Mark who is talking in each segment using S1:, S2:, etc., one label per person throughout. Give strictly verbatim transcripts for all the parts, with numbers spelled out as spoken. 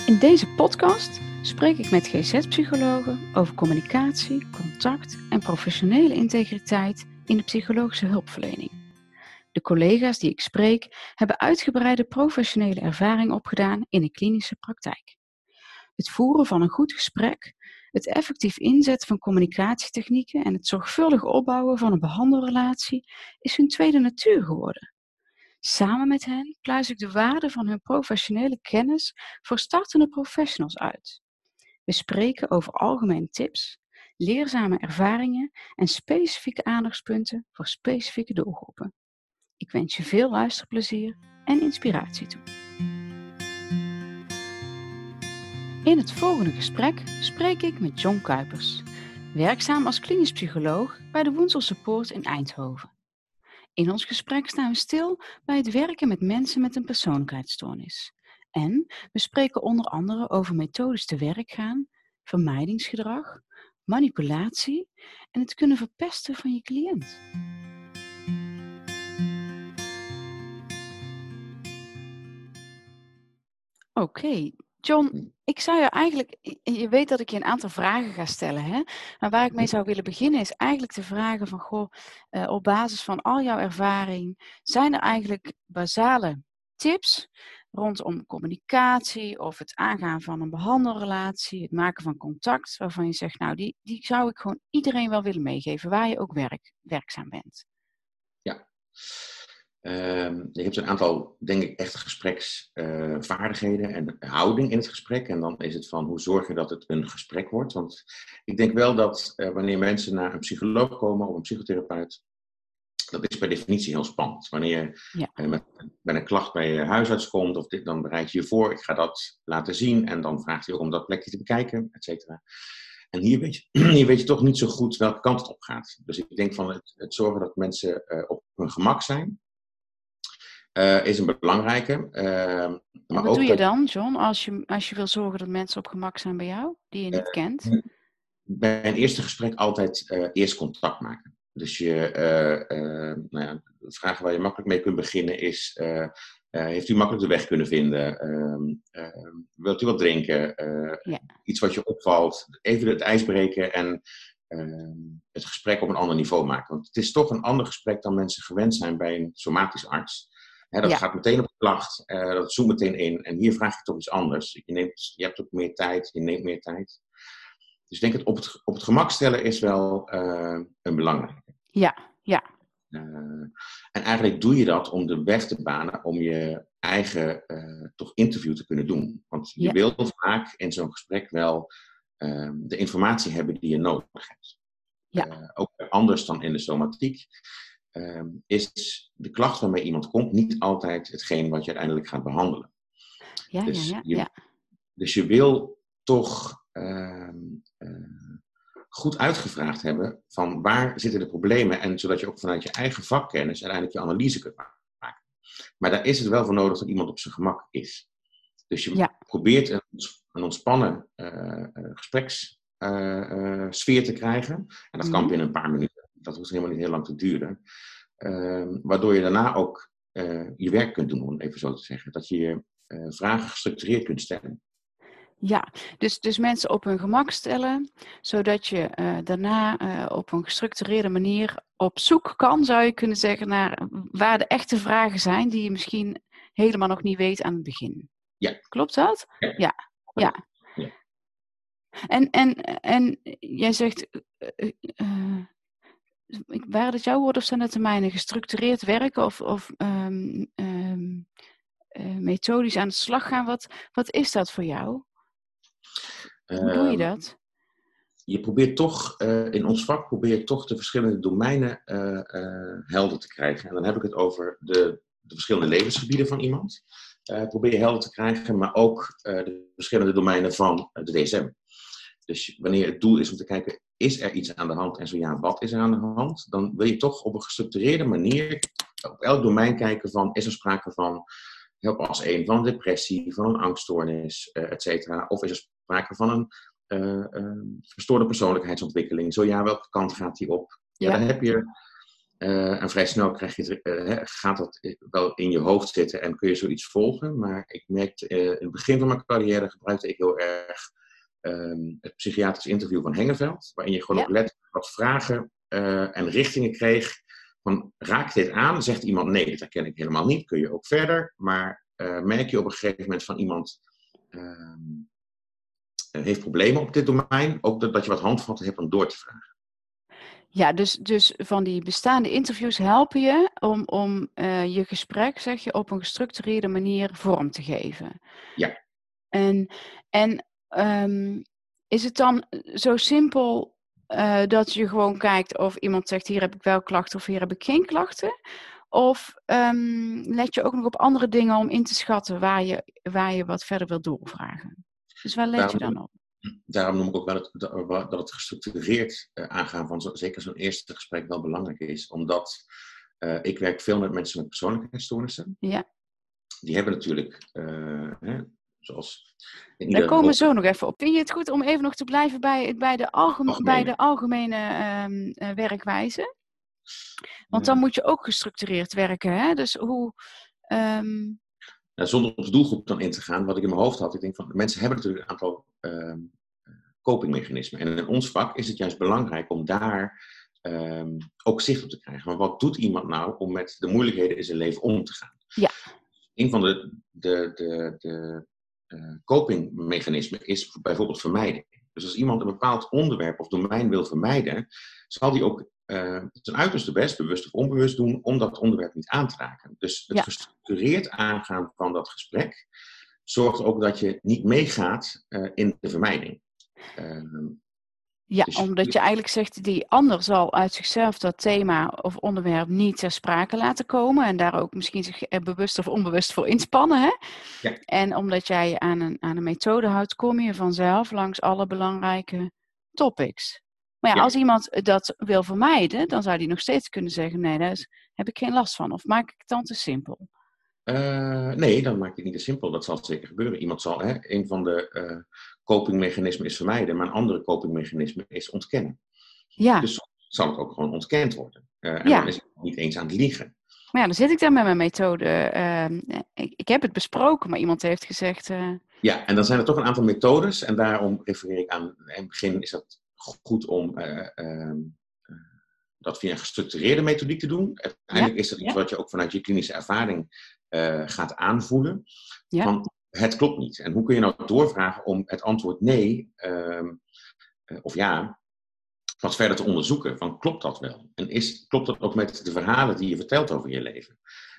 S1: In deze podcast spreek ik met G Z-psychologen over communicatie, contact en professionele integriteit in de psychologische hulpverlening. De collega's die ik spreek hebben uitgebreide professionele ervaring opgedaan in de klinische praktijk. Het voeren van een goed gesprek, het effectief inzetten van communicatietechnieken en het zorgvuldig opbouwen van een behandelrelatie is hun tweede natuur geworden. Samen met hen pluis ik de waarde van hun professionele kennis voor startende professionals uit. We spreken over algemene tips, leerzame ervaringen en specifieke aandachtspunten voor specifieke doelgroepen. Ik wens je veel luisterplezier en inspiratie toe. In het volgende gesprek spreek ik met John Kuipers, werkzaam als klinisch psycholoog bij de Woenselse Poort in Eindhoven. In ons gesprek staan we stil bij het werken met mensen met een persoonlijkheidsstoornis. En we spreken onder andere over methodisch te werk gaan, vermijdingsgedrag, manipulatie en het kunnen verpesten van je cliënt. Oké, okay. John, ik zou je eigenlijk, je weet dat ik je een aantal vragen ga stellen, hè? Maar waar ik mee zou willen beginnen is eigenlijk te vragen van, goh, uh, op basis van al jouw ervaring, zijn er eigenlijk basale tips rondom communicatie of het aangaan van een behandelrelatie, het maken van contact, waarvan je zegt, nou, die, die zou ik gewoon iedereen wel willen meegeven, waar je ook werk, werkzaam bent?
S2: Ja. Uh, je hebt een aantal, denk ik, echte gespreksvaardigheden uh, en houding in het gesprek. En dan is het van, hoe zorg je dat het een gesprek wordt? Want ik denk wel dat uh, wanneer mensen naar een psycholoog komen of een psychotherapeut, dat is per definitie heel spannend. Wanneer je ja. uh, met, met een klacht bij je huisarts komt, of dit, dan bereid je je voor, ik ga dat laten zien. En dan vraagt hij ook om dat plekje te bekijken, et cetera. En hier weet, je, hier weet je toch niet zo goed welke kant het op gaat. Dus ik denk van het, het zorgen dat mensen uh, op hun gemak zijn, Uh, is een belangrijke. Uh,
S1: maar wat ook doe je dat... dan, John, als je, als je wil zorgen dat mensen op gemak zijn bij jou, die je niet uh, kent?
S2: Bij een eerste gesprek altijd uh, eerst contact maken. Dus je uh, uh, nou ja, de vraag waar je makkelijk mee kunt beginnen is, uh, uh, heeft u makkelijk de weg kunnen vinden? Uh, uh, wilt u wat drinken? Uh, ja. Iets wat je opvalt? Even het ijs breken en uh, het gesprek op een ander niveau maken. Want het is toch een ander gesprek dan mensen gewend zijn bij een somatisch arts. He, dat ja. gaat meteen op de klacht, uh, dat zoomt meteen in. En hier vraag je toch iets anders. Je, neemt, je hebt ook meer tijd, je neemt meer tijd. Dus ik denk dat op het, op het gemak stellen is wel uh, een belangrijke.
S1: Ja, ja.
S2: Uh, en eigenlijk doe je dat om de weg te banen om je eigen uh, toch interview te kunnen doen. Want je ja. wil vaak in zo'n gesprek wel uh, de informatie hebben die je nodig hebt.
S1: Ja.
S2: Uh, ook anders dan in de somatiek. Um, is de klacht waarmee iemand komt niet altijd hetgeen wat je uiteindelijk gaat behandelen.
S1: Ja,
S2: dus,
S1: ja, ja,
S2: je,
S1: ja.
S2: dus je wil toch uh, uh, goed uitgevraagd hebben van waar zitten de problemen en zodat je ook vanuit je eigen vakkennis uiteindelijk je analyse kunt maken. Maar daar is het wel voor nodig dat iemand op zijn gemak is. Dus je ja. probeert een, een ontspannen uh, uh, gesprekssfeer uh, uh, te krijgen. En dat mm-hmm. kan binnen een paar minuten. Dat hoeft helemaal niet heel lang te duren. Uh, waardoor je daarna ook uh, je werk kunt doen, om even zo te zeggen. Dat je je uh, vragen gestructureerd kunt stellen.
S1: Ja, dus, dus mensen op hun gemak stellen, zodat je uh, daarna uh, op een gestructureerde manier op zoek kan, zou je kunnen zeggen, naar waar de echte vragen zijn die je misschien helemaal nog niet weet aan het begin.
S2: Ja.
S1: Klopt dat?
S2: Ja.
S1: Ja. ja.
S2: ja.
S1: En, en, en jij zegt, uh, uh, waren dat jouw woorden of zijn dat de mijne? Gestructureerd werken of, of um, um, uh, methodisch aan de slag gaan? Wat, wat is dat voor jou? Hoe doe je dat?
S2: Uh, je probeert toch, uh, in ons vak probeer je toch de verschillende domeinen uh, uh, helder te krijgen. En dan heb ik het over de, de verschillende levensgebieden van iemand. Uh, probeer je helder te krijgen, maar ook uh, de verschillende domeinen van uh, de D S M. Dus wanneer het doel is om te kijken, is er iets aan de hand? En zo ja, wat is er aan de hand? Dan wil je toch op een gestructureerde manier op elk domein kijken van, is er sprake van, help als één, van een depressie, van een angststoornis, uh, et cetera. Of is er sprake van een uh, uh, verstoorde persoonlijkheidsontwikkeling? Zo ja, welke kant gaat die op? Ja, ja. Dan heb je Uh, en vrij snel krijg je het, uh, gaat dat wel in je hoofd zitten en kun je zoiets volgen. Maar ik merkte, uh, in het begin van mijn carrière gebruikte ik heel erg um, het psychiatrisch interview van Hengeveld. Waarin je gewoon
S1: Ja.
S2: ook letterlijk wat vragen uh, en richtingen kreeg. Van, raakt dit aan? Zegt iemand, nee, dat herken ik helemaal niet. Kun je ook verder. Maar uh, merk je op een gegeven moment van iemand uh, heeft problemen op dit domein. Ook dat, dat je wat handvatten hebt om door te vragen.
S1: Ja, dus, dus van die bestaande interviews helpen je om, om uh, je gesprek, zeg je, op een gestructureerde manier vorm te geven.
S2: Ja.
S1: En, en um, is het dan zo simpel uh, dat je gewoon kijkt of iemand zegt, hier heb ik wel klachten of hier heb ik geen klachten? Of um, let je ook nog op andere dingen om in te schatten waar je, waar je wat verder wilt doorvragen? Dus waar let
S2: Daarom,
S1: je dan op?
S2: Daarom noem ik ook wel het, dat het gestructureerd uh, aangaan van zo, zeker zo'n eerste gesprek wel belangrijk is. Omdat uh, ik werk veel met mensen met persoonlijkheidsstoornissen.
S1: Ja.
S2: Die hebben natuurlijk, uh, hè, zoals... In
S1: Daar komen we
S2: hoofd...
S1: zo nog even op. Vind je het goed om even nog te blijven bij, bij de, algeme,
S2: algemene.
S1: bij de algemene um, uh, werkwijze? Want dan moet je ook gestructureerd werken, hè? Dus hoe... Um...
S2: Nou, zonder op de doelgroep dan in te gaan, wat ik in mijn hoofd had. Ik denk van, mensen hebben natuurlijk een aantal um, copingmechanismen. En in ons vak is het juist belangrijk om daar um, ook zicht op te krijgen. Maar wat doet iemand nou om met de moeilijkheden in zijn leven om te gaan?
S1: Ja.
S2: Een van de, de, de, de uh, copingmechanismen is bijvoorbeeld vermijden. Dus als iemand een bepaald onderwerp of domein wil vermijden, zal die ook uh, zijn uiterste best, bewust of onbewust doen, om dat onderwerp niet aan te raken. Dus het
S1: ja.
S2: gestructureerd aangaan van dat gesprek zorgt ook dat je niet meegaat uh, in de vermijding. Uh,
S1: ja,
S2: dus
S1: omdat je eigenlijk zegt, die ander zal uit zichzelf dat thema of onderwerp niet ter sprake laten komen en daar ook misschien zich bewust of onbewust voor inspannen. Hè?
S2: Ja.
S1: En omdat jij aan een, aan een methode houdt, kom je vanzelf langs alle belangrijke topics. Maar ja, ja, als iemand dat wil vermijden, dan zou die nog steeds kunnen zeggen, nee, daar is, heb ik geen last van. Of maak ik het dan te simpel?
S2: Uh, nee, dan maak ik het niet te simpel. Dat zal zeker gebeuren. Iemand zal, hè, een van de uh, copingmechanismen is vermijden, maar een andere copingmechanisme is ontkennen.
S1: Ja.
S2: Dus zal het ook gewoon ontkend worden. Uh, en
S1: ja.
S2: dan is het niet eens aan het liegen.
S1: Maar ja, dan zit ik daar met mijn methode. Uh, ik, ik heb het besproken, maar iemand heeft gezegd... Uh...
S2: Ja, en dan zijn er toch een aantal methodes. En daarom refereer ik aan, in het begin is dat goed om uh, uh, uh, dat via een gestructureerde methodiek te doen. Uiteindelijk ja, is dat iets ja. wat je ook vanuit je klinische ervaring uh, gaat aanvoelen.
S1: Ja.
S2: Van, het klopt niet. En hoe kun je nou doorvragen om het antwoord nee uh, uh, of ja wat verder te onderzoeken? Van, klopt dat wel? En is, klopt dat ook met de verhalen die je vertelt over je leven?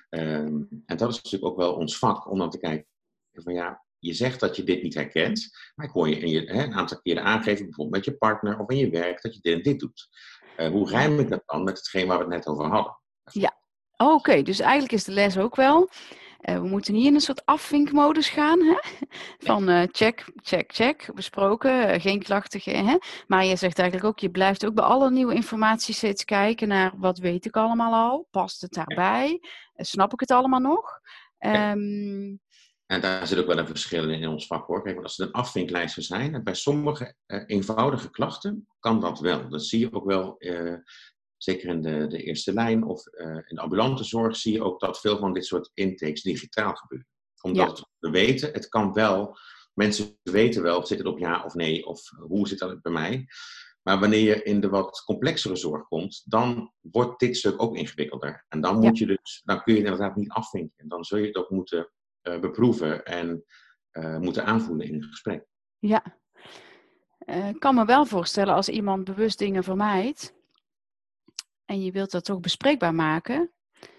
S2: Um, en dat is natuurlijk ook wel ons vak, om dan te kijken van ja, je zegt dat je dit niet herkent, maar ik hoor je, in je hè, een aantal keren aangeven, bijvoorbeeld met je partner of in je werk, dat je dit en dit doet. Uh, hoe rijm ik dat dan met hetgeen waar we het net over hadden?
S1: Ja, oké. Okay, dus eigenlijk is de les ook wel... Uh, we moeten niet in een soort afvinkmodus gaan. Hè? Van uh, check, check, check, besproken, uh, geen klachten. Geen, hè? Maar je zegt eigenlijk ook, je blijft ook bij alle nieuwe informatie steeds kijken naar wat weet ik allemaal al? Past het daarbij? Uh, snap ik het allemaal nog? Um...
S2: En daar zit ook wel een verschil in in ons vak hoor. Kijk, want als het een afvinklijsten zijn, en bij sommige uh, eenvoudige klachten kan dat wel. Dat zie je ook wel... Uh, Zeker in de, de eerste lijn of uh, in de ambulante zorg zie je ook dat veel van dit soort intakes digitaal gebeuren. Omdat ja. we weten, het kan wel, mensen weten wel, zit het op ja of nee of hoe zit dat bij mij. Maar wanneer je in de wat complexere zorg komt, dan wordt dit stuk ook ingewikkelder. En dan, moet ja. je dus, dan kun je het inderdaad niet afvinken. Dan zul je het ook moeten uh, beproeven en uh, moeten aanvoelen in een gesprek.
S1: Ja, ik uh, kan me wel voorstellen als iemand bewust dingen vermijdt. En je wilt dat toch bespreekbaar maken,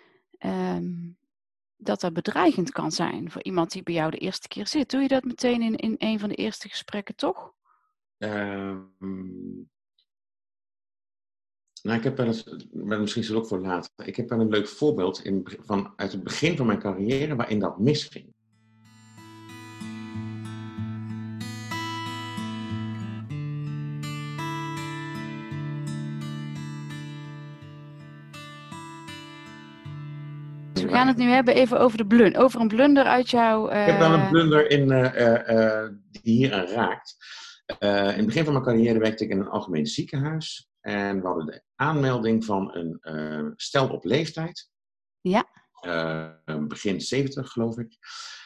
S1: um, dat dat bedreigend kan zijn voor iemand die bij jou de eerste keer zit. Doe je dat meteen in, in een van de eerste gesprekken, toch?
S2: Um, nou, ik heb wel eens, maar misschien is het ook voor later. Ik heb wel een leuk voorbeeld in, van, uit het begin van mijn carrière waarin dat misging.
S1: We gaan het nu hebben even over, de blun- over een blunder uit jouw... Uh...
S2: Ik heb wel een blunder in, uh, uh, uh, die hier aan raakt. Uh, in het begin van mijn carrière werkte ik in een algemeen ziekenhuis. En we hadden de aanmelding van een uh, stel op leeftijd.
S1: Ja.
S2: Uh, begin zeventig, geloof ik.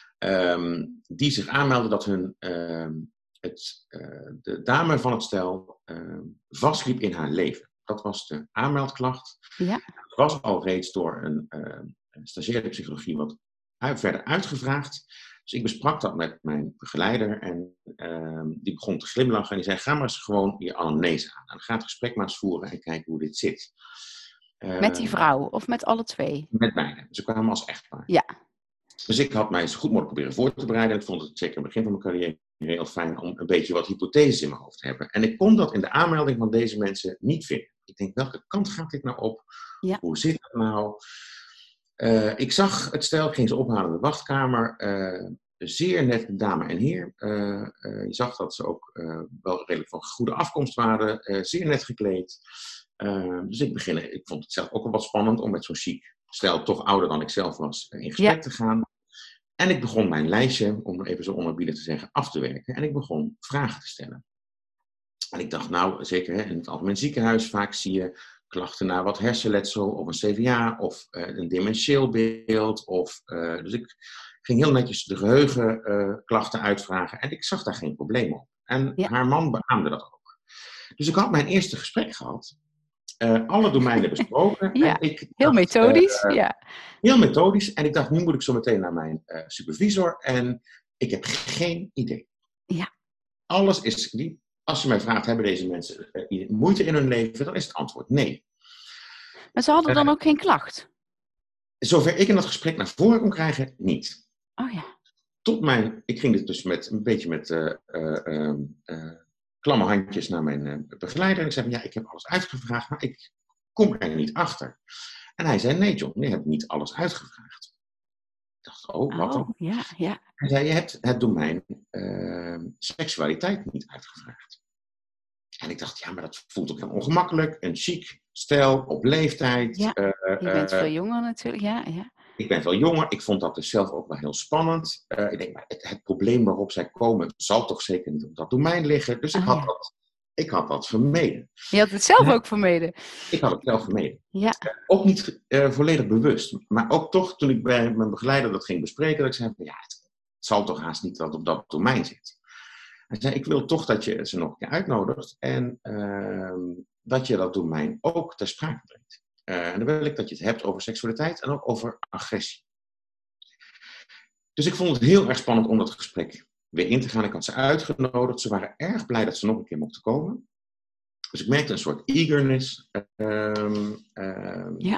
S2: Um, die zich aanmeldde dat hun, uh, het, uh, de dame van het stel uh, vastliep in haar leven. Dat was de aanmeldklacht.
S1: Ja.
S2: Het was al reeds door een, uh, een stagiaire psychologie wat uit, verder uitgevraagd. Dus ik besprak dat met mijn begeleider en uh, die begon te glimlachen en die zei, ga maar eens gewoon je anamnese aan. En ga het gesprek maar eens voeren en kijken hoe dit zit.
S1: Uh, met die vrouw of met alle twee?
S2: Met beide. Ze kwamen als echtpaar.
S1: Ja.
S2: Dus ik had mij zo goed mogelijk proberen voor te bereiden. Ik vond het zeker in het begin van mijn carrière heel fijn om een beetje wat hypotheses in mijn hoofd te hebben. En ik kon dat in de aanmelding van deze mensen niet vinden. Ik denk, welke kant gaat dit nou op?
S1: Ja.
S2: Hoe zit dat nou? Uh, ik zag het stel, ik ging ze ophalen in de wachtkamer. Uh, zeer net dame en heer. Uh, uh, je zag dat ze ook uh, wel redelijk van goede afkomst waren. Uh, zeer net gekleed. Uh, dus ik begin, ik vond het zelf ook wel wat spannend om met zo'n chic stel, toch ouder dan ik zelf was, in gesprek ja. te gaan. En ik begon mijn lijstje, om even zo onerbiedig te zeggen, af te werken. En ik begon vragen te stellen. En ik dacht, nou, zeker hè, in het algemeen ziekenhuis, vaak zie je klachten naar wat hersenletsel of een C V A of uh, een dementieel beeld. Of, uh, dus ik ging heel netjes de geheugenklachten uh, uitvragen en ik zag daar geen probleem op. En ja. haar man beaamde dat ook. Dus ik had mijn eerste gesprek gehad. Uh, alle domeinen besproken.
S1: Ja,
S2: en ik
S1: heel
S2: dacht,
S1: methodisch.
S2: Uh,
S1: ja.
S2: Heel methodisch. En ik dacht, nu moet ik zo meteen naar mijn uh, supervisor. En ik heb geen idee.
S1: Ja.
S2: Alles is... Die, als je mij vraagt, hebben deze mensen uh, moeite in hun leven? Dan is het antwoord nee.
S1: Maar ze hadden dan uh, ook geen klacht?
S2: Zover ik in dat gesprek naar voren kon krijgen, niet.
S1: Oh ja.
S2: Tot mijn... Ik ging dit dus met een beetje met... Uh, uh, uh, uh, klamme handjes naar mijn uh, begeleider. En ik zei, ja, ik heb alles uitgevraagd, maar ik kom er niet achter. En hij zei, nee John, je hebt niet alles uitgevraagd. Ik dacht, oh, wat dan?
S1: Oh, ja, ja.
S2: Hij zei, je hebt het domein uh, seksualiteit niet uitgevraagd. En ik dacht, ja, maar dat voelt ook heel ongemakkelijk. Een chic stel, op leeftijd.
S1: Ja,
S2: uh,
S1: je bent
S2: uh,
S1: veel jonger natuurlijk, ja, ja.
S2: Ik ben veel jonger. Ik vond dat dus zelf ook wel heel spannend. Uh, ik denk, maar het, het probleem waarop zij komen zal toch zeker niet op dat domein liggen. Dus ik,
S1: ah,
S2: had,
S1: ja.
S2: dat, ik had dat vermeden.
S1: Je had het zelf ja. ook vermeden?
S2: Ik had het zelf vermeden.
S1: Ja.
S2: Uh, ook niet uh, volledig bewust. Maar ook toch, toen ik bij mijn begeleider dat ging bespreken, dat ik zei, ja, het, het zal toch haast niet dat op dat domein zit. Hij zei, ik wil toch dat je ze nog een keer uitnodigt. En uh, dat je dat domein ook ter sprake brengt. Uh, en dan wil ik dat je het hebt over seksualiteit en ook over agressie. Dus ik vond het heel erg spannend om dat gesprek weer in te gaan. Ik had ze uitgenodigd. Ze waren erg blij dat ze nog een keer mochten komen. Dus ik merkte een soort eagerness. Um, um,
S1: ja.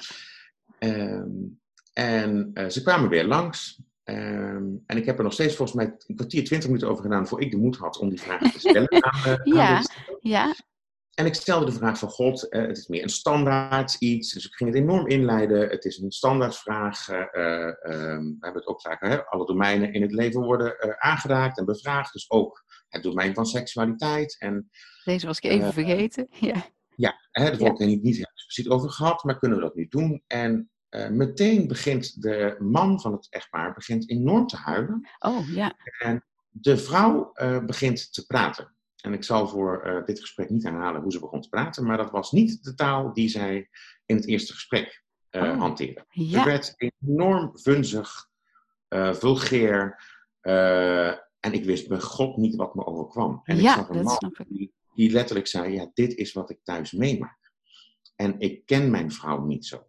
S2: Um, en uh, ze kwamen weer langs. Um, en ik heb er nog steeds volgens mij een kwartier, twintig minuten over gedaan voor ik de moed had om die vragen te stellen. aan, uh,
S1: ja,
S2: aan
S1: ja.
S2: En ik stelde de vraag van God, uh, het is meer een standaard iets, dus ik ging het enorm inleiden. Het is een standaardvraag. Uh, uh, we hebben het ook vaak, hè, alle domeinen in het leven worden uh, aangeraakt en bevraagd. Dus ook het domein van seksualiteit. En,
S1: Deze was ik even uh, vergeten. Ja,
S2: ja hè, daar wordt er niet, niet expliciet over gehad, maar kunnen we dat nu doen? En uh, meteen begint de man van het echtpaar begint enorm te huilen.
S1: Oh, ja.
S2: En de vrouw uh, begint te praten. En ik zal voor uh, dit gesprek niet herhalen hoe ze begon te praten, maar dat was niet de taal die zij in het eerste gesprek uh, oh, hanteerde.
S1: Ja.
S2: Ze werd enorm vunzig, uh, vulgair, uh, en ik wist bij God niet wat me overkwam. En
S1: ja,
S2: ik zag een
S1: dat
S2: man
S1: snap ik.
S2: Die, die letterlijk zei, ja, dit is wat ik thuis meemaak. En ik ken mijn vrouw niet zo.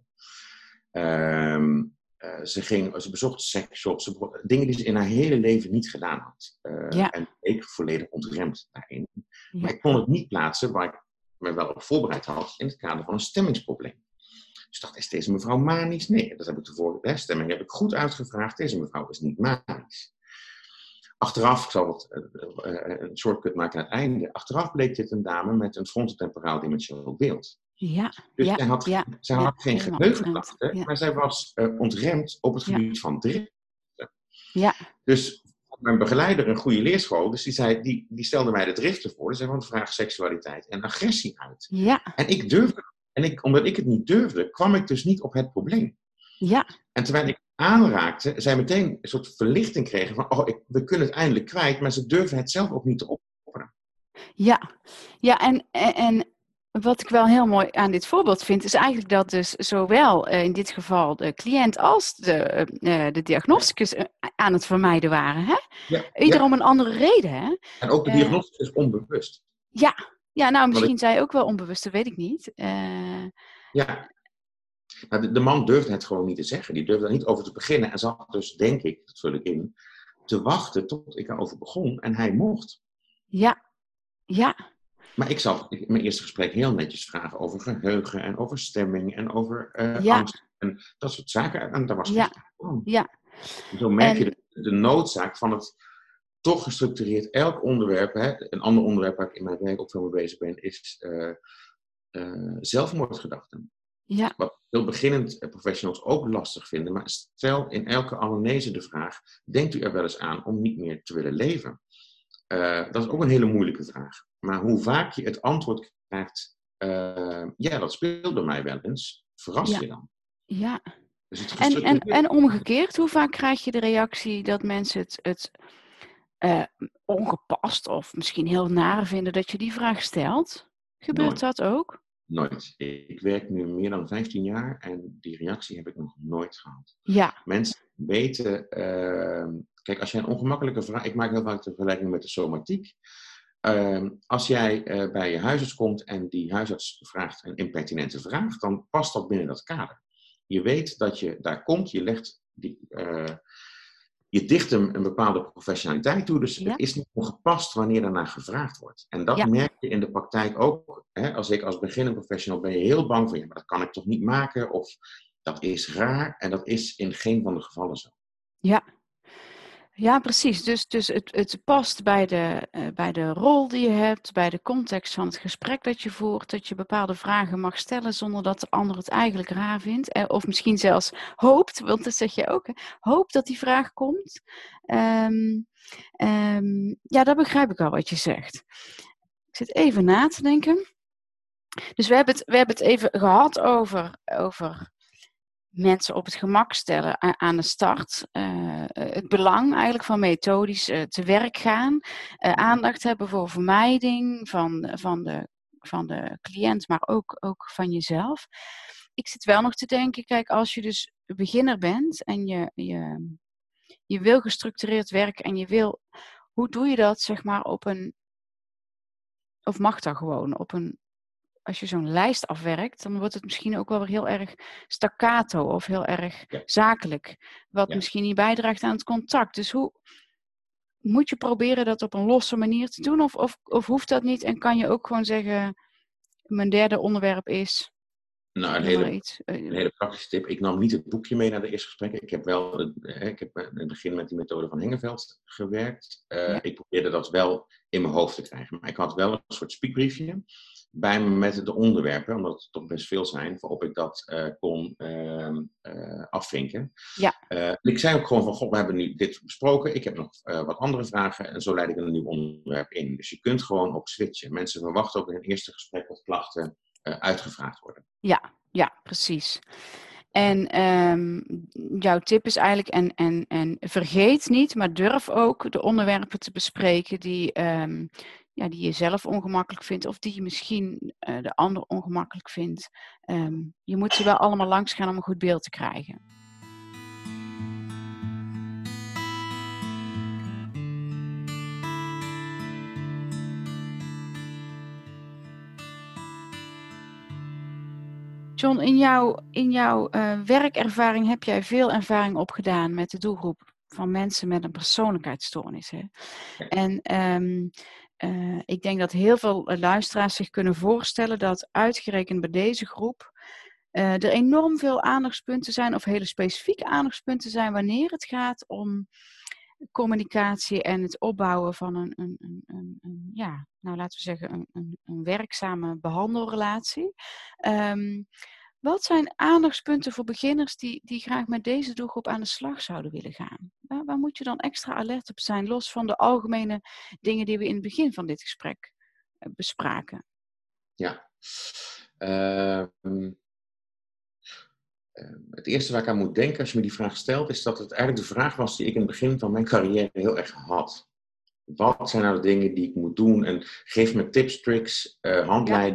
S2: Um, Uh, ze, ging, ze bezocht seksshops, ze, dingen die ze in haar hele leven niet gedaan had. Uh,
S1: ja.
S2: En ik volledig ontremd daarin.
S1: Ja.
S2: Maar ik kon het niet plaatsen waar ik me wel op voorbereid had in het kader van een stemmingsprobleem. Dus ik dacht, is deze mevrouw manisch? Nee, dat heb ik de vorige stemming heb ik goed uitgevraagd. Deze mevrouw is niet manisch. Achteraf, ik zal wat, uh, uh, een shortcut maken aan het einde. Achteraf bleek dit een dame met een frontotemporaal dementieel beeld.
S1: Ja,
S2: dus
S1: ja,
S2: zij had,
S1: ja,
S2: zij had
S1: ja,
S2: geen geheugenklachten, ja. maar zij was uh, ontremd op het gebied ja. van driften.
S1: Ja.
S2: Dus mijn begeleider, een goede leerschool, dus die, zei, die, die stelde mij de driften voor. Dus hij van de vraag seksualiteit en agressie uit.
S1: Ja.
S2: En ik durfde, en ik, omdat ik het niet durfde, kwam ik dus niet op het probleem.
S1: Ja.
S2: En terwijl ik aanraakte, zij meteen een soort verlichting kregen van, oh, ik, we kunnen het eindelijk kwijt, maar ze durven het zelf ook niet te openen.
S1: Ja, ja en... en wat ik wel heel mooi aan dit voorbeeld vind, is eigenlijk dat dus zowel uh, in dit geval de cliënt als de, uh, de diagnosticus uh, aan het vermijden waren. Hè?
S2: Ja,
S1: Ieder
S2: ja.
S1: om een andere reden. Hè?
S2: En ook de
S1: Uh,
S2: diagnosticus is onbewust.
S1: Ja, ja nou misschien
S2: ik,
S1: zij ook wel onbewust, dat weet ik niet. Uh,
S2: ja, nou, de, de man durfde het gewoon niet te zeggen. Die durfde er niet over te beginnen. En zat dus, denk ik, dat vul ik in, te wachten tot ik erover begon. En hij mocht.
S1: Ja, ja.
S2: Maar ik zal in mijn eerste gesprek heel netjes vragen over geheugen en over stemming en over uh,
S1: ja.
S2: angst en dat soort zaken. En daar was
S1: ja.
S2: geen sprake van.
S1: Ja.
S2: Zo merk
S1: en...
S2: je de, de noodzaak van het toch gestructureerd elk onderwerp. Hè, een ander onderwerp waar ik in mijn werk ook veel mee bezig ben, is uh, uh, zelfmoordgedachten.
S1: Ja.
S2: Wat heel beginnend professionals ook lastig vinden. Maar stel in elke anamnese de vraag, denkt u er wel eens aan om niet meer te willen leven? Uh, dat is ook een hele moeilijke vraag. Maar hoe vaak je het antwoord krijgt, uh, ja, dat speelt bij mij wel eens, verrast
S1: ja.
S2: je dan.
S1: Ja.
S2: Dus het
S1: en, en, en omgekeerd, hoe vaak krijg je de reactie dat mensen het, het uh, ongepast of misschien heel naar vinden dat je die vraag stelt? Gebeurt
S2: Nooit.
S1: dat ook?
S2: Nooit. Ik werk nu meer dan vijftien jaar en die reactie heb ik nog nooit gehad.
S1: Ja.
S2: Mensen weten, uh, kijk, als jij een ongemakkelijke vraag, ik maak heel vaak de vergelijking met de somatiek. Uh, als jij uh, bij je huisarts komt en die huisarts vraagt een impertinente vraag, dan past dat binnen dat kader. Je weet dat je daar komt, je legt die, uh, je dicht hem een bepaalde professionaliteit toe, dus ja. Het is niet ongepast wanneer daarna gevraagd wordt. En dat ja. merk je in de praktijk ook. Hè? Als ik als beginnend professional ben je heel bang van, ja, maar dat kan ik toch niet maken, of dat is raar, en dat is in geen van de gevallen zo.
S1: Ja. Ja, precies. Dus, dus het, het past bij de, uh, bij de rol die je hebt, bij de context van het gesprek dat je voert, dat je bepaalde vragen mag stellen zonder dat de ander het eigenlijk raar vindt. Eh, of misschien zelfs hoopt, want dat zeg je ook, hè? Hoopt dat die vraag komt. Um, um, ja, dat begrijp ik al wat je zegt. Ik zit even na te denken. Dus we hebben het, we hebben het even gehad over... over mensen op het gemak stellen aan de start. Uh, het belang eigenlijk van methodisch uh, te werk gaan. Uh, aandacht hebben voor vermijding van, van, de, van de cliënt, maar ook, ook van jezelf. Ik zit wel nog te denken, kijk, als je dus beginner bent en je, je, je wil gestructureerd werken en je wil, hoe doe je dat, zeg maar, op een, of mag dat gewoon, op een, als je zo'n lijst afwerkt, dan wordt het misschien ook wel weer heel erg staccato of heel erg ja. zakelijk. Wat ja. misschien niet bijdraagt aan het contact. Dus hoe moet je proberen dat op een losse manier te doen? Of, of, of hoeft dat niet? En kan je ook gewoon zeggen, mijn derde onderwerp is...
S2: Nou, een hele, iets. een hele praktische tip. Ik nam niet het boekje mee naar de eerste gesprekken. Ik heb wel ik heb in het begin met die methode van Hengeveld gewerkt. Uh, ja. Ik probeerde dat wel in mijn hoofd te krijgen. Maar ik had wel een soort spiekbriefje bij me met de onderwerpen, omdat het toch best veel zijn, waarop ik dat uh, kon uh, uh, afvinken.
S1: Ja.
S2: Uh, ik zei ook gewoon van, god, we hebben nu dit besproken. Ik heb nog uh, wat andere vragen en zo leid ik een nieuw onderwerp in. Dus je kunt gewoon ook switchen. Mensen verwachten ook in het eerste gesprek dat klachten uh, uitgevraagd worden.
S1: Ja, ja, precies. En um, jouw tip is eigenlijk, en, en, en vergeet niet, maar durf ook de onderwerpen te bespreken die, um, ja, die je zelf ongemakkelijk vindt of die je misschien uh, de ander ongemakkelijk vindt. Um, je moet ze wel allemaal langs gaan om een goed beeld te krijgen. John, in jouw, in jouw uh, werkervaring heb jij veel ervaring opgedaan met de doelgroep van mensen met een persoonlijkheidsstoornis. Hè? En um, uh, ik denk dat heel veel luisteraars zich kunnen voorstellen dat uitgerekend bij deze groep uh, er enorm veel aandachtspunten zijn of hele specifieke aandachtspunten zijn wanneer het gaat om communicatie en het opbouwen van een, een, een, een, een ja, nou laten we zeggen een, een, een werkzame behandelrelatie. Um, wat zijn aandachtspunten voor beginners die, die graag met deze doelgroep aan de slag zouden willen gaan? Waar, waar moet je dan extra alert op zijn, los van de algemene dingen die we in het begin van dit gesprek uh, bespraken?
S2: Ja, uh, um... Uh, het eerste waar ik aan moet denken als je me die vraag stelt, is dat het eigenlijk de vraag was die ik in het begin van mijn carrière heel erg had. Wat zijn nou de dingen die ik moet doen? En geef me tips, tricks, uh, handleiding. Ja.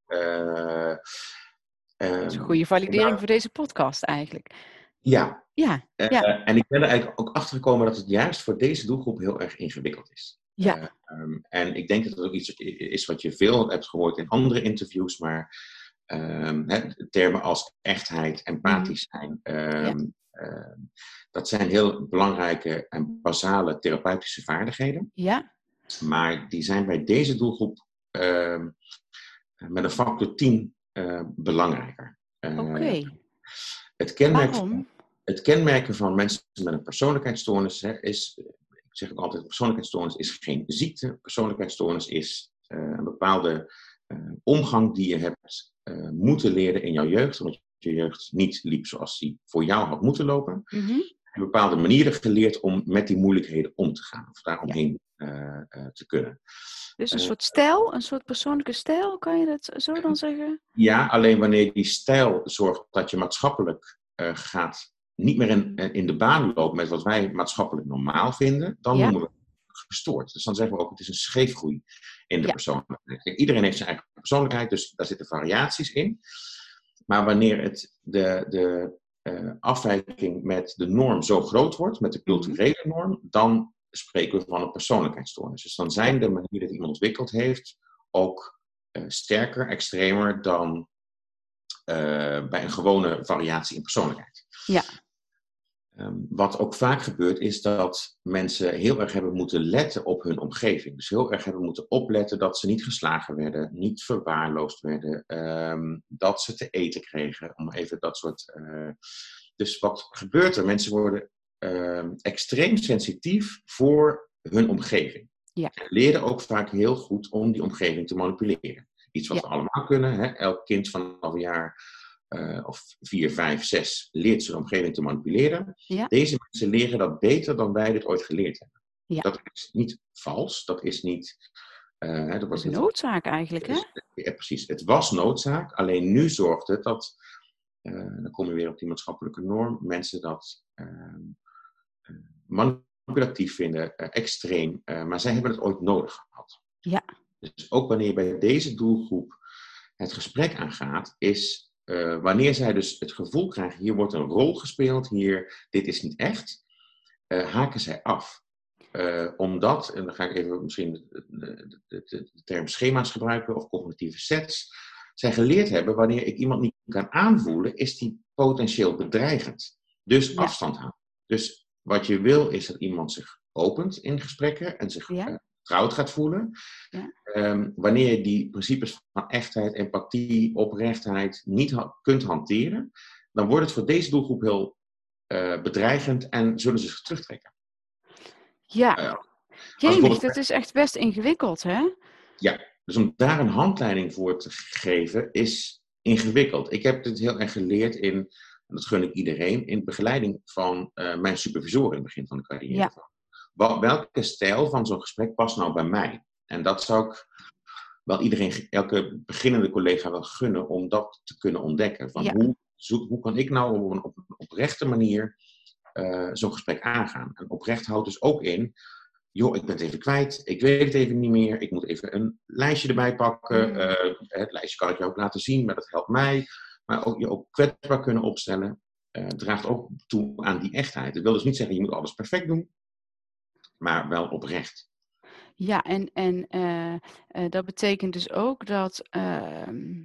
S2: Uh,
S1: Dat is een goede validering nou, voor deze podcast eigenlijk.
S2: Ja.
S1: Ja,
S2: uh,
S1: ja.
S2: En ik ben er eigenlijk ook achter gekomen dat het juist voor deze doelgroep heel erg ingewikkeld is.
S1: Ja.
S2: Uh, um, en ik denk dat het ook iets is wat je veel hebt gehoord in andere interviews, maar um, he, termen als echtheid, empathisch zijn, um, ja. uh, dat zijn heel belangrijke en basale therapeutische vaardigheden.
S1: Ja.
S2: Maar die zijn bij deze doelgroep uh, met een factor tien uh, belangrijker. Uh,
S1: Oké. Okay.
S2: Het kenmerk,
S1: Waarom?
S2: Het kenmerken van mensen met een persoonlijkheidsstoornis hè, is, ik zeg ook altijd, persoonlijkheidsstoornis is geen ziekte. Persoonlijkheidsstoornis is uh, een bepaalde uh, omgang die je hebt uh, moeten leren in jouw jeugd, omdat je jeugd niet liep zoals die voor jou had moeten lopen.
S1: Mm-hmm.
S2: En bepaalde manieren geleerd om met die moeilijkheden om te gaan, of daaromheen ja. uh, uh, te kunnen.
S1: Dus een uh, soort stijl, een soort persoonlijke stijl, kan je dat zo dan zeggen?
S2: Ja, alleen wanneer die stijl zorgt dat je maatschappelijk uh, gaat niet meer in, in de baan loopt met wat wij maatschappelijk normaal vinden, dan ja. noemen we het gestoord. Dus dan zeggen we ook, het is een scheefgroei in de ja. persoonlijkheid. Kijk, iedereen heeft zijn eigen persoonlijkheid, dus daar zitten variaties in. Maar wanneer het de, de uh, afwijking met de norm zo groot wordt, met de culturele norm, dan spreken we van een persoonlijkheidsstoornis. Dus dan zijn de manieren die iemand ontwikkeld heeft ook uh, sterker, extremer dan uh, bij een gewone variatie in persoonlijkheid.
S1: Ja.
S2: Um, wat ook vaak gebeurt is dat mensen heel erg hebben moeten letten op hun omgeving. Dus heel erg hebben moeten opletten dat ze niet geslagen werden, niet verwaarloosd werden, um, dat ze te eten kregen, om even dat soort... Uh, dus wat gebeurt er? Mensen worden uh, extreem sensitief voor hun omgeving.
S1: Ja.
S2: En leren ook vaak heel goed om die omgeving te manipuleren. Iets wat ja. we allemaal kunnen. Hè? Elk kind vanaf een jaar uh, of vier, vijf, zes leert zijn omgeving te manipuleren.
S1: Ja.
S2: Deze mensen leren dat beter dan wij dit ooit geleerd hebben.
S1: Ja.
S2: Dat is niet vals. Dat is niet... Uh, dat,
S1: dat is een noodzaak eigenlijk, hè?
S2: Ja, precies. Het was noodzaak. Alleen nu zorgt het dat... Uh, dan kom je weer op die maatschappelijke norm. Mensen dat uh, uh, manipulatief vinden, uh, extreem. Uh, maar zij hebben het ooit nodig gehad.
S1: Ja.
S2: Dus ook wanneer je bij deze doelgroep het gesprek aangaat, is uh, wanneer zij dus het gevoel krijgen, hier wordt een rol gespeeld, hier, dit is niet echt, uh, haken zij af. Uh, omdat, en dan ga ik even misschien de, de, de, de term schema's gebruiken of cognitieve sets, zij geleerd hebben, wanneer ik iemand niet kan aanvoelen, is die potentieel bedreigend. Dus ja. afstand houden. Dus wat je wil is dat iemand zich opent in gesprekken en zich ja. uh, vertrouwd gaat voelen.
S1: Ja.
S2: Um, wanneer je die principes van echtheid, empathie, oprechtheid niet ha- kunt hanteren, dan wordt het voor deze doelgroep heel uh, bedreigend en zullen ze zich terugtrekken.
S1: Ja, uh, Jemig, dat is echt best ingewikkeld, hè?
S2: Ja. Dus om daar een handleiding voor te geven is ingewikkeld. Ik heb dit heel erg geleerd in, en dat gun ik iedereen, in begeleiding van uh, mijn supervisoren in het begin van de carrière.
S1: Ja.
S2: Wat, welke stijl van zo'n gesprek past nou bij mij? En dat zou ik wel iedereen, elke beginnende collega wel gunnen om dat te kunnen ontdekken. Van ja. hoe, zo, hoe kan ik nou op een, op een oprechte manier uh, zo'n gesprek aangaan? En oprecht houdt dus ook in... joh, ik ben het even kwijt, ik weet het even niet meer, ik moet even een lijstje erbij pakken. Mm. Uh, het lijstje kan ik je ook laten zien, maar dat helpt mij. Maar ook je ook kwetsbaar kunnen opstellen, uh, draagt ook toe aan die echtheid. Dat wil dus niet zeggen, je moet alles perfect doen, maar wel oprecht.
S1: Ja, en, en uh, uh, dat betekent dus ook dat uh,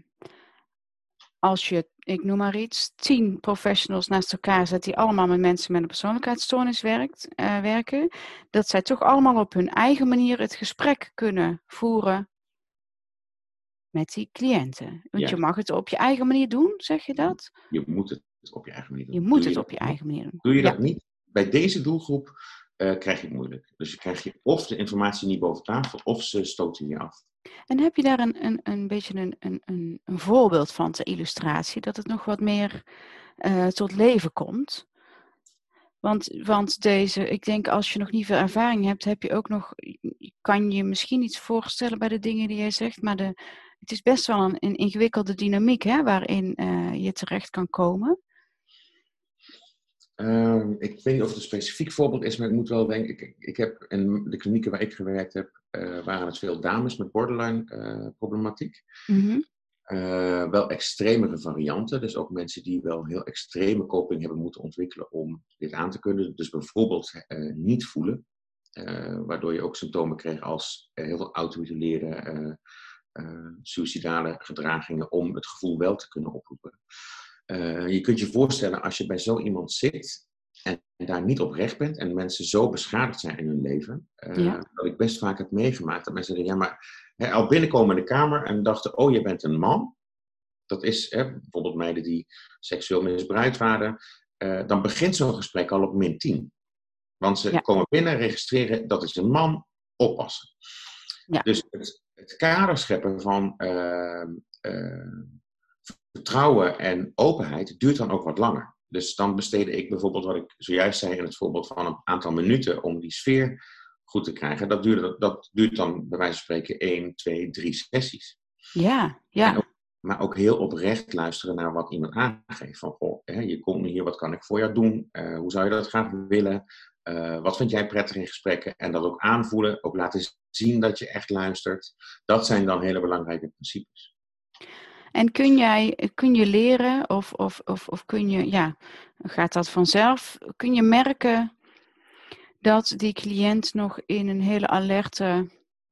S1: als je, ik noem maar iets, tien professionals naast elkaar zet die allemaal met mensen met een persoonlijkheidsstoornis werkt, uh, werken, dat zij toch allemaal op hun eigen manier het gesprek kunnen voeren met die cliënten. Want ja. je mag het op je eigen manier doen, zeg je dat?
S2: Je moet het op je eigen manier doen.
S1: Je moet
S2: doe
S1: het
S2: je
S1: op je eigen manier doen.
S2: Doe je
S1: ja.
S2: dat niet? Bij deze doelgroep uh, krijg je het moeilijk. Dus je krijgt je of de informatie niet boven tafel, of ze stoten je af.
S1: En heb je daar een, een, een beetje een, een, een, een voorbeeld van ter illustratie, dat het nog wat meer uh, tot leven komt? Want, want deze, ik denk als je nog niet veel ervaring hebt, heb je ook nog, kan je misschien iets voorstellen bij de dingen die jij zegt, maar de, het is best wel een, een ingewikkelde dynamiek, hè, waarin uh, je terecht kan komen.
S2: Uh, ik weet niet of het een specifiek voorbeeld is, maar ik moet wel denken, ik, ik heb in de klinieken waar ik gewerkt heb, uh, waren het veel dames met borderline uh, problematiek.
S1: Mm-hmm.
S2: Uh, wel extremere varianten. Dus ook mensen die wel heel extreme coping hebben moeten ontwikkelen om dit aan te kunnen. Dus bijvoorbeeld uh, niet voelen. Uh, waardoor je ook symptomen kreeg als uh, heel veel automutileren, uh, uh, suïcidale gedragingen om het gevoel wel te kunnen oproepen. Uh, je kunt je voorstellen als je bij zo iemand zit en daar niet oprecht bent en mensen zo beschadigd zijn in hun leven, uh,
S1: Ja.
S2: dat ik best vaak heb meegemaakt dat mensen zeggen, ja maar hè, al binnenkomen in de kamer en dachten, oh je bent een man. Dat is hè, bijvoorbeeld meiden die seksueel misbruikt waren. Uh, dan begint zo'n gesprek al op min tien. Want ze
S1: Ja.
S2: komen binnen, registreren, dat is een man, oppassen.
S1: Ja.
S2: Dus het, het kader scheppen van uh, uh, vertrouwen en openheid duurt dan ook wat langer. Dus dan besteedde ik bijvoorbeeld, wat ik zojuist zei in het voorbeeld van een aantal minuten om die sfeer goed te krijgen. Dat duurt, dat duurt dan bij wijze van spreken één, twee, drie sessies.
S1: Ja, ja.
S2: Ook, maar ook heel oprecht luisteren naar wat iemand aangeeft. Van, goh, hè, je komt hier, wat kan ik voor jou doen? Uh, hoe zou je dat graag willen? Uh, wat vind jij prettig in gesprekken? En dat ook aanvoelen, ook laten zien dat je echt luistert. Dat zijn dan hele belangrijke principes.
S1: En kun jij, kun je leren of, of, of, of kun je, ja, gaat dat vanzelf? Kun je merken dat die cliënt nog in een hele alerte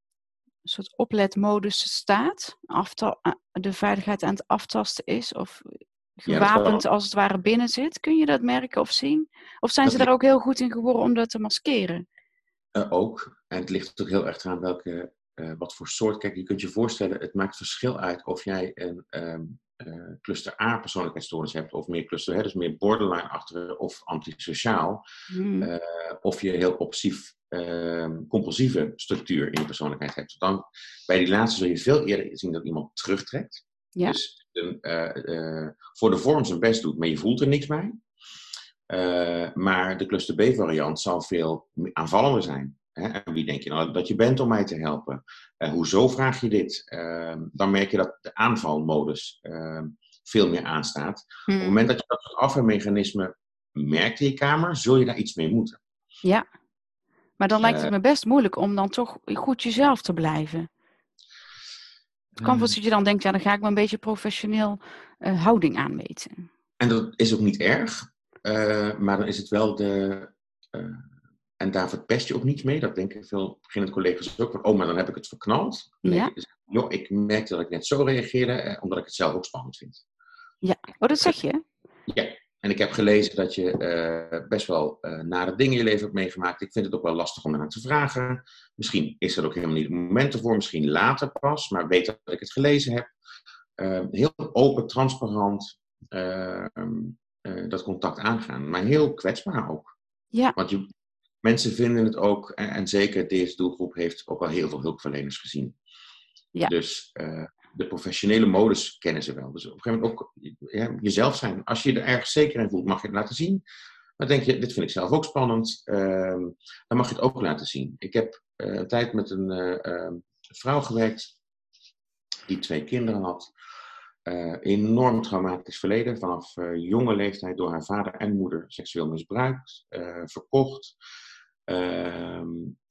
S1: soort opletmodus staat? Afta- de veiligheid aan het aftasten is of gewapend
S2: Ja,
S1: als het ware binnen zit? Kun je dat merken of zien? Of zijn
S2: dat
S1: ze daar ook heel goed in geworden om dat te maskeren?
S2: Uh, ook. En het ligt ook heel erg aan welke, uh, wat voor soort. Kijk, je kunt je voorstellen, het maakt verschil uit of jij een um, uh, cluster A persoonlijkheidsstoornis hebt of meer cluster, hè, dus meer borderline-achtige of antisociaal.
S1: Hmm.
S2: Uh, of je heel obsessief uh, compulsieve structuur in je persoonlijkheid hebt. Dan, bij die laatste zul je veel eerder zien dat iemand terugtrekt.
S1: Ja.
S2: Dus een, uh, uh, voor de vorm zijn best doet, maar je voelt er niks bij. Uh, maar de cluster B variant zal veel aanvallender zijn. Hè? En wie denk je nou dat je bent om mij te helpen? Uh, hoezo vraag je dit? Uh, dan merk je dat de aanvalmodus uh, veel meer aanstaat.
S1: Hmm.
S2: Op het moment dat je dat soort afweermechanisme merkt in je kamer, zul je daar iets mee moeten.
S1: Ja, maar dan lijkt het
S2: Uh,
S1: me best moeilijk om dan toch goed jezelf te blijven. Het kan wel dat je dan denkt, ja, dan ga ik me een beetje professioneel uh, houding aanmeten.
S2: En dat is ook niet erg, uh, maar dan is het wel de... Uh, en daar verpest je ook niets mee. Dat denken veel beginnende collega's ook. Van, oh, maar dan heb ik het verknald. Nee,
S1: Ja.
S2: dus, joh, ik merkte dat ik net zo reageerde, eh, omdat ik het zelf ook spannend vind.
S1: Ja, oh, dat zeg je?
S2: Ja, en ik heb gelezen dat je uh, best wel uh, nare dingen in je leven hebt meegemaakt. Ik vind het ook wel lastig om naar te vragen. Misschien is er ook helemaal niet het moment ervoor, misschien later pas. Maar weet dat ik het gelezen heb. Uh, heel open, transparant uh, uh, dat contact aangaan. Maar heel kwetsbaar ook.
S1: Ja.
S2: Want je... Mensen vinden het ook, en, en zeker deze doelgroep heeft ook wel heel veel hulpverleners gezien.
S1: Ja.
S2: Dus uh, de professionele modus kennen ze wel. Dus op een gegeven moment ook ja, jezelf zijn. Als je er ergens zeker in voelt, mag je het laten zien. Dan denk je, dit vind ik zelf ook spannend. Uh, dan mag je het ook laten zien. Ik heb uh, een tijd met een uh, uh, vrouw gewerkt die twee kinderen had. Uh, enorm traumatisch verleden. Vanaf uh, jonge leeftijd door haar vader en moeder seksueel misbruikt, uh, verkocht. Uh,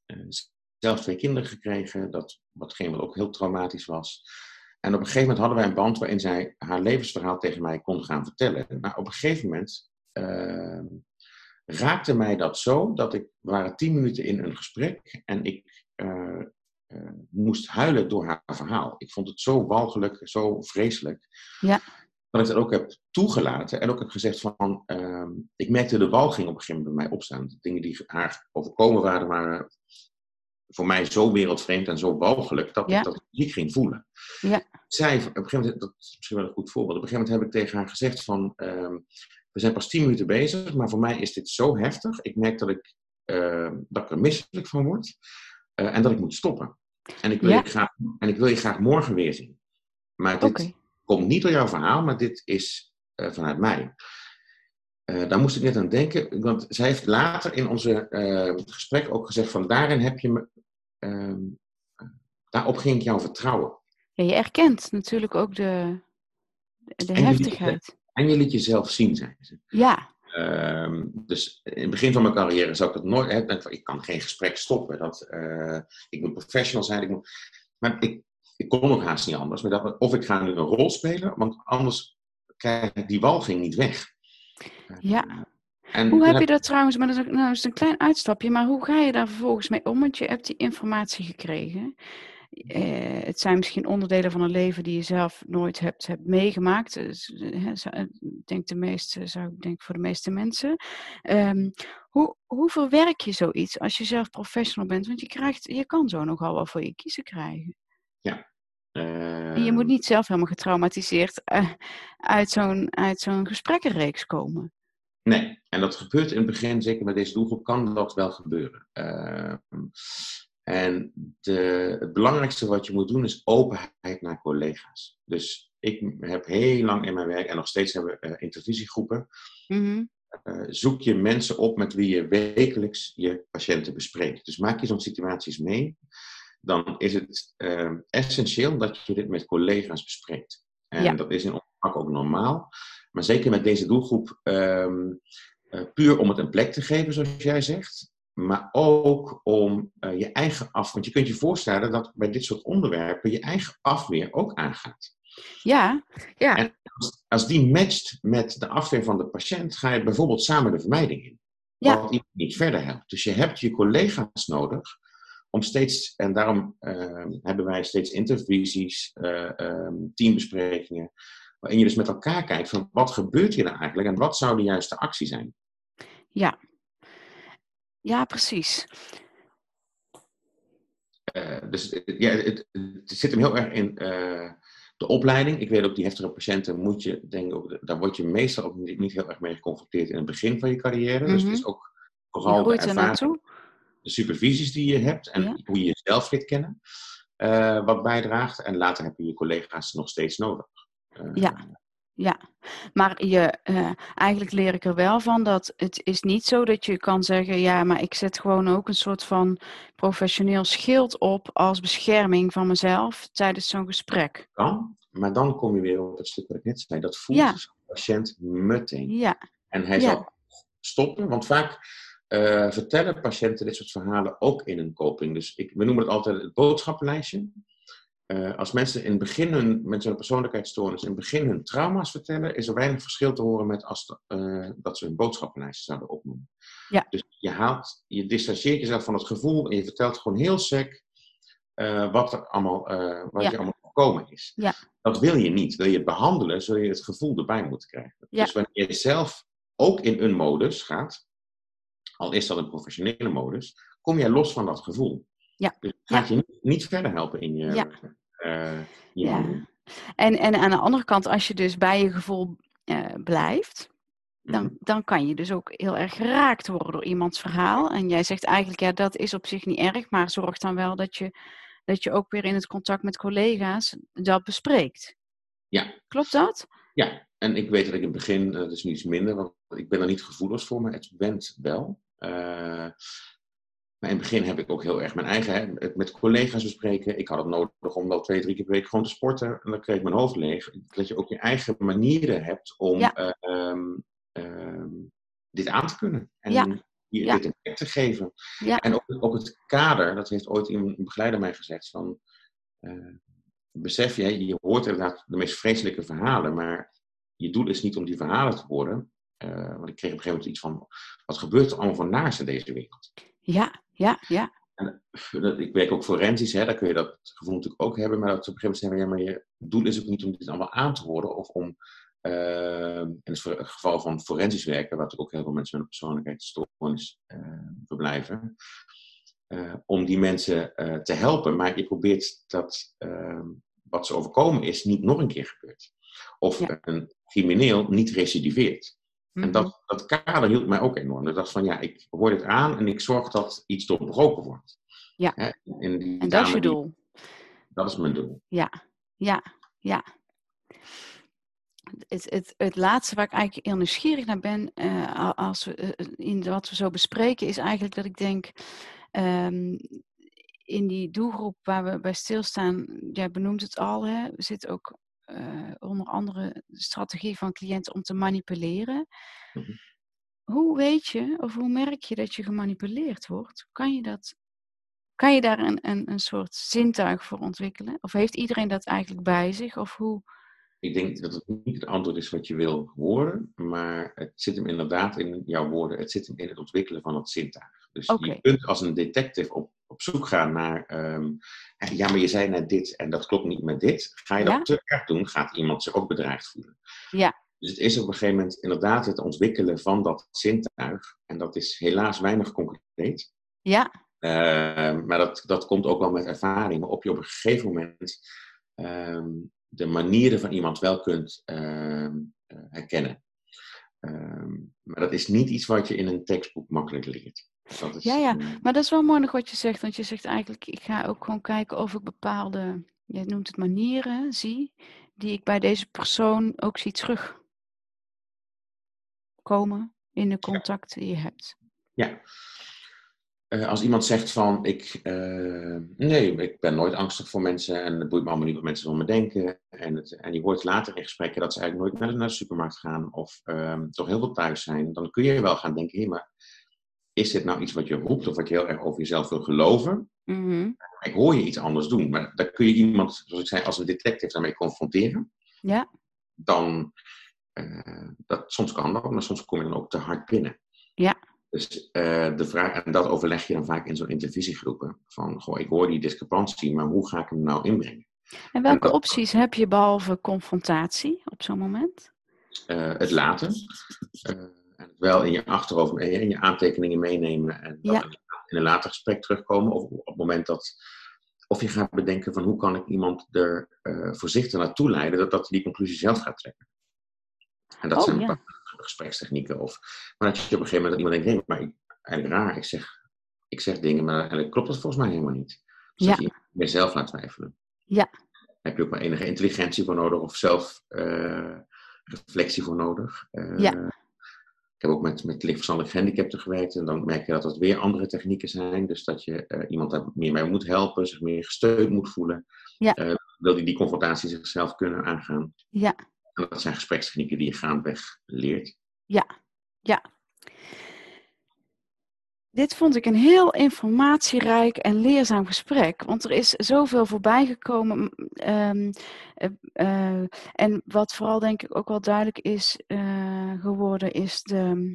S2: zelf twee kinderen gekregen, dat, watgeen wat ook heel traumatisch was. En op een gegeven moment hadden wij een band waarin zij haar levensverhaal tegen mij kon gaan vertellen. Maar op een gegeven moment uh, raakte mij dat zo, dat ik, we waren tien minuten in een gesprek en ik uh, uh, moest huilen door haar verhaal. Ik vond het zo walgelijk, zo vreselijk.
S1: Ja.
S2: Dat ik dat ook heb toegelaten en ook heb gezegd van, uh, ik merkte de walging op een gegeven moment bij mij opstaan. De dingen die haar overkomen waren, waren voor mij zo wereldvreemd en zo walgelijk, dat ja. ik dat niet ging voelen.
S1: Ja.
S2: Zij, op een gegeven moment, dat is misschien wel een goed voorbeeld, op een gegeven moment heb ik tegen haar gezegd van, uh, we zijn pas tien minuten bezig, maar voor mij is dit zo heftig. Ik merk dat ik, uh, dat ik er misselijk van word uh, en dat ik moet stoppen. En ik wil, ja. je, graag, en ik wil je graag morgen weer zien. Maar dit okay. komt niet door jouw verhaal, maar dit is uh, vanuit mij. Uh, daar moest ik net aan denken, want zij heeft later in onze uh, gesprek ook gezegd van daarin heb je me, uh, daarop ging ik jou vertrouwen.
S1: Ja, je erkent natuurlijk ook de, de
S2: en
S1: heftigheid.
S2: Je, en je liet jezelf zien, zei ze.
S1: Ja.
S2: Uh, dus in het begin van mijn carrière zou ik dat nooit hebben. Ik kan geen gesprek stoppen. Dat, uh, ik moet professional zijn. Ik moet, maar ik, ik kon ook haast niet anders. Maar dat, of ik ga nu een rol spelen, want anders krijg ik die walging niet weg.
S1: Ja.
S2: En
S1: Hoe heb
S2: heb
S1: je dat trouwens, maar dat is, nou, dat is een klein uitstapje, maar hoe ga je daar vervolgens mee om? Want je hebt die informatie gekregen. Eh, het zijn misschien onderdelen van een leven die je zelf nooit hebt, hebt meegemaakt. Dus, eh, hè, zou- ik denk de meeste, zou ik denken voor de meeste mensen. Ehm, hoe, hoe verwerk je zoiets als je zelf professional bent? Want je, krijgt, je kan zo nogal wel voor je kiezen krijgen.
S2: ja.
S1: En je moet
S2: ehm,
S1: niet zelf helemaal getraumatiseerd eh, uit zo'n uit zo'n gesprekkenreeks komen.
S2: Nee, en dat gebeurt in het begin, zeker met deze doelgroep, kan dat wel gebeuren. Uh, en de, het belangrijkste wat je moet doen is openheid naar collega's. Dus ik heb heel lang in mijn werk, en nog steeds hebben we uh, intervisiegroepen,
S1: Mhm.
S2: uh, zoek je mensen op met wie je wekelijks je patiënten bespreekt. Dus maak je zo'n situaties mee, dan is het uh, essentieel dat je dit met collega's bespreekt. En
S1: Ja,
S2: dat is in ons vak ook normaal. Maar zeker met deze doelgroep, um, uh, puur om het een plek te geven, zoals jij zegt. Maar ook om uh, je eigen af... Want je kunt je voorstellen dat bij dit soort onderwerpen je eigen afweer ook aangaat.
S1: ja, ja.
S2: En als, als die matcht met de afweer van de patiënt, ga je bijvoorbeeld samen de vermijding in.
S1: Ja,
S2: Wat iemand niet verder helpt. Dus je hebt je collega's nodig om steeds... En daarom uh, hebben wij steeds intervisies, uh, um, teambesprekingen, waarin je dus met elkaar kijkt van wat gebeurt hier nou eigenlijk en wat zou de juiste actie zijn.
S1: ja. Ja, precies.
S2: Uh, dus ja, het, het zit hem heel erg in uh, de opleiding. Ik weet ook, die heftige patiënten moet je, denk ook, daar word je meestal ook niet, niet heel erg mee geconfronteerd in het begin van je carrière. Dus het is
S1: Mm-hmm.
S2: ook
S1: Je
S2: vooral de
S1: groeit er
S2: ervaring,
S1: naartoe.
S2: de supervisies die je hebt en
S1: Ja,
S2: hoe je jezelf leert kennen, uh, wat bijdraagt. En later heb je je collega's nog steeds nodig. Uh,
S1: ja, ja. Maar je, uh, eigenlijk leer ik er wel van dat het is niet zo dat je kan zeggen, ja, maar ik zet gewoon ook een soort van professioneel schild op als bescherming van mezelf tijdens zo'n gesprek.
S2: Kan, maar dan kom je weer op het stuk wat ik net zei. Dat voelt
S1: Ja,
S2: de patiënt meteen.
S1: ja,
S2: En hij
S1: ja,
S2: zal stoppen, want vaak uh, vertellen patiënten dit soort verhalen ook in een coping. Dus ik, we noemen het altijd het boodschappenlijstje. Uh, als mensen in het begin hun, met zo'n persoonlijkheidsstoornis in het begin hun trauma's vertellen, is er weinig verschil te horen met als de, uh, dat ze hun boodschappenlijstje zouden opnoemen.
S1: ja,
S2: Dus je haalt, je distancieert jezelf van het gevoel en je vertelt gewoon heel sec uh, wat er allemaal, uh, wat
S1: ja,
S2: je allemaal voorkomen is.
S1: ja,
S2: Dat wil je niet. Wil je het behandelen, zul je het gevoel erbij moeten krijgen.
S1: ja,
S2: Dus wanneer je zelf ook in een modus gaat, al is dat een professionele modus, kom jij los van dat gevoel.
S1: ja,
S2: Dus het
S1: ja,
S2: gaat je niet, niet verder helpen in je,
S1: ja,
S2: uh, je
S1: ja.
S2: handelen.
S1: En, en aan de andere kant, als je dus bij je gevoel uh, blijft, dan,
S2: Mm-hmm.
S1: dan kan je dus ook heel erg geraakt worden door iemands verhaal. En jij zegt eigenlijk, ja, dat is op zich niet erg, maar zorg dan wel dat je, dat je ook weer in het contact met collega's dat bespreekt.
S2: Ja.
S1: Klopt dat?
S2: Ja, en ik weet dat ik in het begin, uh, dat is nu iets minder, want ik ben er niet gevoelig voor, maar het went wel. Uh, Maar in het begin heb ik ook heel erg mijn eigen, hè, met collega's bespreken. Ik had het nodig om wel twee, drie keer per week gewoon te sporten. En dan kreeg ik mijn hoofd leeg. Dat je ook je eigen manieren hebt om
S1: Ja,
S2: uh, um, um, dit aan te kunnen. En
S1: ja,
S2: je
S1: ja,
S2: dit een plek te geven.
S1: ja,
S2: En ook, ook het kader, dat heeft ooit een begeleider mij gezegd. Van, uh, besef je, je hoort inderdaad de meest vreselijke verhalen. Maar je doel is niet om die verhalen te worden. Uh, want ik kreeg op een gegeven moment iets van, wat gebeurt er allemaal voor naars in deze wereld?
S1: ja, ja, ja.
S2: En, ik werk ook forensisch, hè, daar kun je dat gevoel natuurlijk ook hebben, maar dat op een gegeven moment zeggen, ja, maar je doel is ook niet om dit allemaal aan te horen of om, uh, in het geval van forensisch werken, waar ook heel veel mensen met een persoonlijkheidsstoornis uh, verblijven, uh, om die mensen uh, te helpen, maar je probeert dat uh, wat ze overkomen is niet nog een keer gebeurt. Of
S1: Ja.
S2: een crimineel niet recidiveert.
S1: Mm-hmm.
S2: En dat, dat kader hielp mij ook enorm. Ik dacht van ja, ik hoor dit aan en ik zorg dat iets doorbroken wordt.
S1: Ja.
S2: Hè? In die
S1: En dat is je doel.
S2: Die, dat is mijn doel.
S1: Ja, ja, ja. Het, het, het laatste waar ik eigenlijk heel nieuwsgierig naar ben, uh, als we, uh, in wat we zo bespreken, is eigenlijk dat ik denk, um, in die doelgroep waar we bij stilstaan, jij benoemt het al, hè, we zitten ook uh, onder andere de strategie van cliënten om te manipuleren.
S2: Mm-hmm.
S1: Hoe weet je, of hoe merk je dat je gemanipuleerd wordt? Kan je dat, Kan je daar een, een, een soort zintuig voor ontwikkelen? Of heeft iedereen dat eigenlijk bij zich? Of hoe?
S2: Ik denk dat het niet het antwoord is wat je wil horen, maar het zit hem inderdaad in jouw woorden. Het zit hem in het ontwikkelen van het zintuig. Dus
S1: Oké.
S2: je kunt als een detective op, op zoek gaan naar, um, ja, maar je zei net dit en dat klopt niet met dit. Ga je
S1: Ja?
S2: dat te erg doen, gaat iemand zich ook bedreigd voelen.
S1: Ja.
S2: Dus het is op een gegeven moment inderdaad het ontwikkelen van dat zintuig. En dat is helaas weinig concreet.
S1: Ja.
S2: Uh, maar dat, dat komt ook wel met ervaring. Waarop je op een gegeven moment um, de manieren van iemand wel kunt uh, uh, herkennen. Um, maar dat is niet iets wat je in een tekstboek makkelijk leert. Dat is,
S1: Ja, ja,
S2: uh,
S1: maar dat is wel mooi nog wat je zegt. Want je zegt eigenlijk, ik ga ook gewoon kijken of ik bepaalde, je noemt het manieren, zie, die ik bij deze persoon ook zie terugkomen in de contacten die je hebt.
S2: Ja. Uh, als iemand zegt van, ik, uh, nee, ik ben nooit angstig voor mensen en het boeit me allemaal niet wat mensen van me denken. En, het, en je hoort later in gesprekken dat ze eigenlijk nooit naar de, naar de supermarkt gaan of uh, toch heel veel thuis zijn. Dan kun je wel gaan denken, hé, maar is dit nou iets wat je roept of wat je heel erg over jezelf wil geloven?
S1: Mm-hmm.
S2: Ik hoor je iets anders doen, maar dan kun je iemand, zoals ik zei, als een detective daarmee confronteren.
S1: Ja.
S2: Dan, uh, dat, soms kan dat, maar soms kom je dan ook te hard binnen.
S1: Ja.
S2: Dus uh, de vraag, en dat overleg je dan vaak in zo'n intervisiegroepen. Van, goh, ik hoor die discrepantie, maar hoe ga ik hem nou inbrengen?
S1: En welke
S2: en dat,
S1: opties heb je behalve confrontatie op zo'n moment?
S2: Uh, het laten. Uh, en het wel in je achterhoofd, in je aantekeningen meenemen. En dan ja. in een later gesprek terugkomen. Of op het moment dat... Of je gaat bedenken van hoe kan ik iemand er uh, voorzichtig naartoe leiden. Dat, dat hij die conclusie zelf gaat trekken. En dat
S1: oh,
S2: zijn
S1: ja.
S2: bepaalde gesprekstechnieken. Of, maar dat je op een gegeven moment dat iemand denkt, hé, maar ik, eigenlijk raar, ik zeg, ik zeg dingen, maar eigenlijk klopt dat volgens mij helemaal niet. Dus
S1: ja.
S2: dat je jezelf laat twijfelen.
S1: Ja.
S2: Daar heb je ook maar enige intelligentie voor nodig of zelf uh, reflectie voor nodig. Uh,
S1: ja.
S2: Ik heb ook met, met lichtverstandelijk gehandicapten gewerkt en dan merk je dat dat weer andere technieken zijn. Dus dat je uh, iemand daar meer mee moet helpen, zich meer gesteund moet voelen.
S1: Ja.
S2: Uh, wil die die confrontatie zichzelf kunnen aangaan.
S1: Ja.
S2: En dat zijn gesprekstechnieken die je gaandeweg leert.
S1: Ja, ja. Dit vond ik een heel informatierijk en leerzaam gesprek, want er is zoveel voorbij gekomen. Um, uh, uh, en wat vooral denk ik ook wel duidelijk is uh, geworden, is de,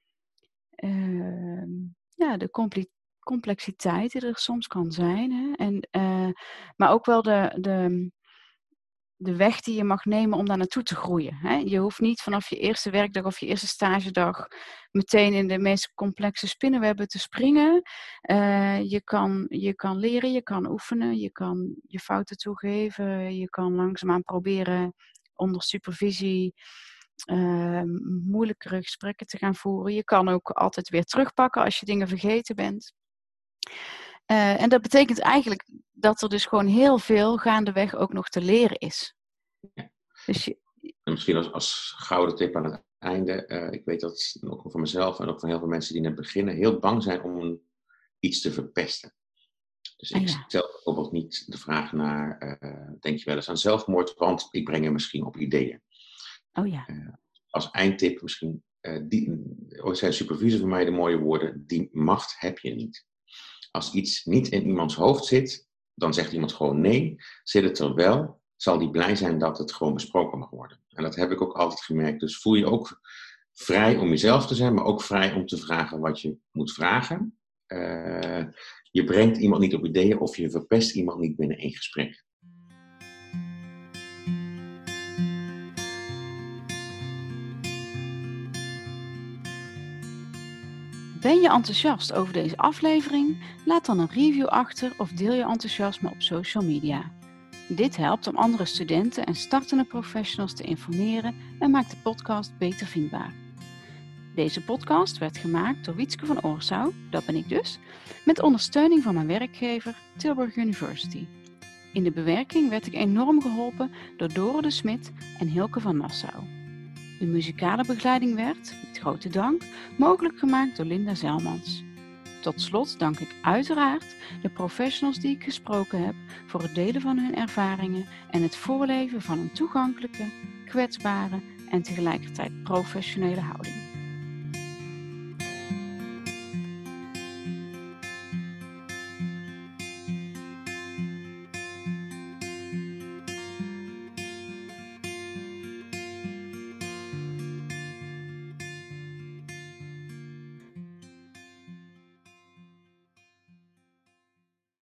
S1: uh, ja, de compli- complexiteit die er soms kan zijn. Hè? En, uh, maar ook wel de... de de weg die je mag nemen om daar naartoe te groeien. Hè? Je hoeft niet vanaf je eerste werkdag of je eerste stagedag meteen in de meest complexe spinnenwebben te springen. Uh, je, kan, je kan leren, je kan oefenen, je kan je fouten toegeven, je kan langzaamaan proberen onder supervisie uh, moeilijkere gesprekken te gaan voeren. Je kan ook altijd weer terugpakken als je dingen vergeten bent. Uh, en dat betekent eigenlijk dat er dus gewoon heel veel gaandeweg ook nog te leren is.
S2: Ja.
S1: Dus je...
S2: En misschien als, als gouden tip aan het einde. Uh, ik weet dat ook van mezelf en ook van heel veel mensen die net beginnen heel bang zijn om een, iets te verpesten. Dus ik ah, ja. stel bijvoorbeeld niet de vraag naar, uh, denk je wel eens aan zelfmoord, want ik breng er misschien op ideeën.
S1: Oh ja.
S2: Uh, als eindtip misschien, uh, die, ooit zijn supervisor voor mij de mooie woorden, die macht heb je niet. Als iets niet in iemands hoofd zit, dan zegt iemand gewoon nee. Zit het er wel, zal die blij zijn dat het gewoon besproken mag worden. En dat heb ik ook altijd gemerkt. Dus voel je ook vrij om jezelf te zijn, maar ook vrij om te vragen wat je moet vragen. Uh, je brengt iemand niet op ideeën of je verpest iemand niet binnen één gesprek.
S1: Ben je enthousiast over deze aflevering? Laat dan een review achter of deel je enthousiasme op social media. Dit helpt om andere studenten en startende professionals te informeren en maakt de podcast beter vindbaar. Deze podcast werd gemaakt door Wietske van Oorsouw, dat ben ik dus, met ondersteuning van mijn werkgever Tilburg University. In de bewerking werd ik enorm geholpen door Dore de Smit en Hilke van Nassau. De muzikale begeleiding werd, met grote dank, mogelijk gemaakt door Linda Zelmans. Tot slot dank ik uiteraard de professionals die ik gesproken heb voor het delen van hun ervaringen en het voorleven van een toegankelijke, kwetsbare en tegelijkertijd professionele houding.